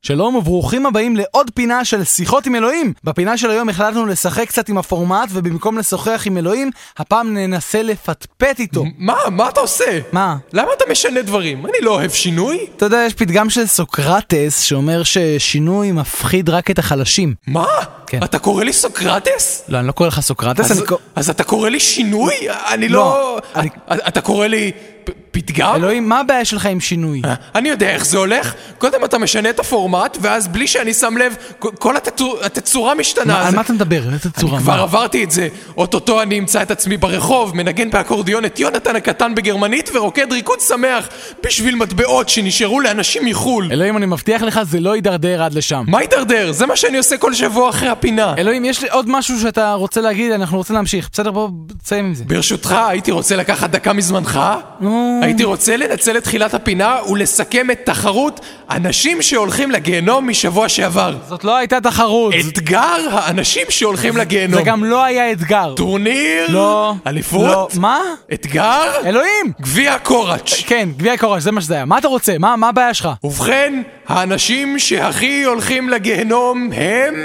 שלום וברוכים הבאים לעוד פינה של שיחות עם אלוהים. בפינה של היום החלטנו לשחק קצת עם הפורמט, ובמקום לשוחח עם אלוהים, הפעם ננסה לפטפט איתו. מה אתה עושה? מה? למה אתה משנה דברים? אני לא אוהב שינוי. אתה יודע, יש פתגם של סוקרטס שאומר ששינוי מפחיד רק את החלשים. מה? כן. אתה קורא לי סוקרטס? לא, אני לא קורא לך סוקרטס. אז אתה קורא לי שינוי? אני לא... אתה קורא לי... פתגם? אלוהים, מה הבעיה שלך עם שינוי? אני יודע איך זה הולך. קודם אתה משנה את הפורמט, ואז בלי שאני שם לב, כל התצורה משתנה. על מה אתה מדבר? אני כבר עברתי את זה. אוטוטו אני אמצא את עצמי ברחוב, מנגן באקורדיון את יונתן הקטן בגרמנית, ורוקד ריקוד שמח בשביל מטבעות שנשארו לאנשים מחול. אלוהים, אני מבטיח לך, זה לא יידרדר עד לשם. מה יידרדר? זה מה שאני עושה כל שבוע אחרי הפינה. אלוהים, יש לי עוד משהו שאתה רוצה להגיד, אנחנו רוצים להמשיך. בסדר, בוא תסיים עם זה. ברשותך, הייתי רוצה לקחת דקה מזמנך. הייתי רוצה לנצל את תחילת הפינה ולסכם את תחרות אנשים שהולכים לגיהנום משבוע שעבר. זאת לא הייתה תחרות. אתגר האנשים שהולכים לגיהנום. זה גם לא היה אתגר. טורניר? לא. אליפות? לא. מה? אתגר? אלוהים! גביע קורץ'. כן, גביע קורץ', זה מה שזה היה. מה אתה רוצה? מה הבעיה שלך? ובכן, האנשים שהכי הולכים לגיהנום הם...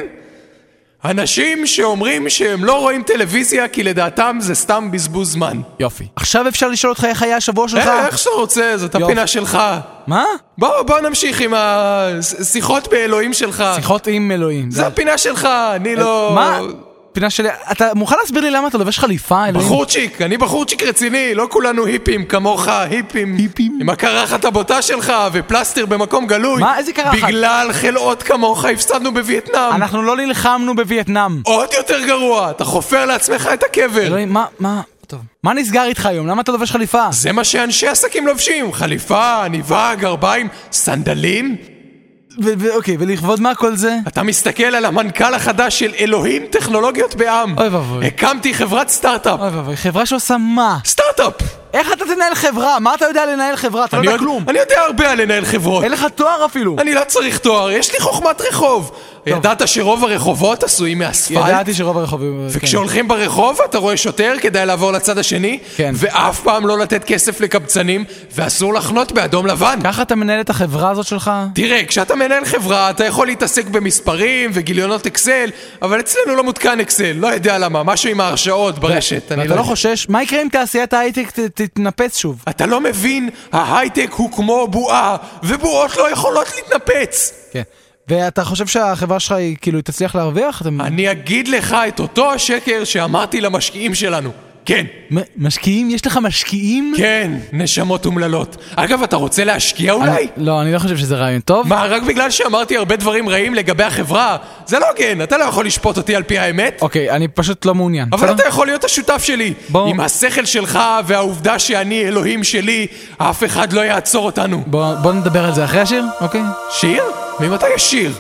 אנשים שאומרים שהם לא רואים טלוויזיה כי לדעתם זה סתם בזבוז זמן. יופי. עכשיו אפשר לשאול אותך איך היה השבוע שלך? איך שאתה רוצה, זאת הפינה שלך. מה? בוא נמשיך עם השיחות באלוהים שלך. שיחות עם אלוהים. זה הפינה שלך, אני לא... מה? פינה שלי... אתה מוכן להסביר לי למה אתה לובש חליפה, אלוהים? בחורצ'יק, אני בחורצ'יק רציני, לא כולנו היפים כמוך, היפים. עם הקרחת הבוטה שלך ופלסטר במקום גלוי. מה? איזה קרחת? בגלל חלאות כמוך הפסדנו בווייטנאם. אנחנו לא נלחמנו בווייטנאם. עוד יותר גרוע, אתה חופר לעצמך את הקבר. אלוהים, מה? טוב. מה נסגר איתך היום? למה אתה לובש חליפה? זה מה שאנשי עסקים לובשים, חליפה, עניבה, גרביים, סנדלים. אוקיי, ולכבוד מה כל זה? אתה מסתכל על המנכ"ל החדש של אלוהים טכנולוגיות בעם. אוי ואבוי. הקמתי חברת סטארט-אפ. אוי ואבוי, חברה שעושה מה? סטארט-אפ! איך אתה תנהל חברה? מה אתה יודע לנהל חברה? אתה לא יודע כלום. אני יודע הרבה על לנהל חברות. אין לך תואר אפילו. אני לא צריך תואר, יש לי חוכמת רחוב. ידעת שרוב הרחובות עשויים מאספלט? ידעתי שרוב הרחובים... וכשהולכים ברחוב אתה רואה שוטר כדאי לעבור לצד השני, ואף פעם לא לתת כסף לקבצנים, ואסור לחנות באדום לבן. ככה אתה מנהל את החברה הזאת שלך? תראה, כשאתה מנהל חברה אתה יכול להתעסק במספרים וגיליונות אקסל, אבל אצלנו לא מותקן אקסל, לא יודע למה, משהו עם ההרשאות ברשת. אתה לא חושש? מה יקרה אם תעשיית ההייטק תתנפץ שוב? אתה לא מבין, ההייטק הוא כמו בועה, ובועות לא יכולות להתנפץ. כן. ואתה חושב שהחברה שלך היא כאילו תצליח להרוויח? אני אגיד לך את אותו השקר שאמרתי למשקיעים שלנו. כן. משקיעים? יש לך משקיעים? כן, נשמות אומללות. אגב, אתה רוצה להשקיע אולי? לא, אני לא חושב שזה רעיון טוב. מה, רק בגלל שאמרתי הרבה דברים רעים לגבי החברה? זה לא כן, אתה לא יכול לשפוט אותי על פי האמת. אוקיי, אני פשוט לא מעוניין. אבל אתה יכול להיות השותף שלי. עם השכל שלך והעובדה שאני אלוהים שלי, אף אחד לא יעצור אותנו. בוא נדבר על זה אחרי השיר, אוקיי? שיר? ממתי יש שיר?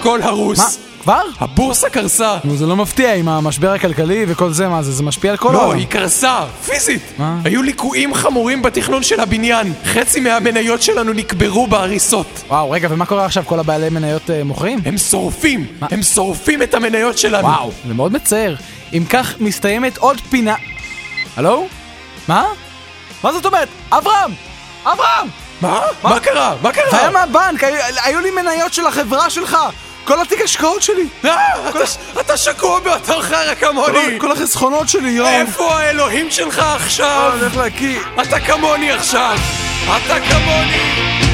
הכל הרוס. מה? כבר? הבורסה קרסה. נו, זה לא מפתיע עם המשבר הכלכלי וכל זה, מה זה? זה משפיע על כל לא, העולם. היא קרסה, פיזית. מה? היו ליקויים חמורים בתכנון של הבניין. חצי מהמניות שלנו נקברו בהריסות. וואו, רגע, ומה קורה עכשיו? כל הבעלי מניות מוכרים? הם שורפים. הם שורפים את המניות שלנו. וואו, זה מאוד מצער. אם כך מסתיימת עוד פינה... הלו? מה? מה זאת אומרת? אברהם! אברהם! מה? מה קרה? מה זה קרה? היה מהבנק, היו לי מניות של החברה שלך! כל התיק השקעות שלי! אתה שקוע באתר חרא כמוני! כל החסכונות שלי, יום! איפה האלוהים שלך עכשיו? הולך להקיא! אתה כמוני עכשיו! אתה כמוני!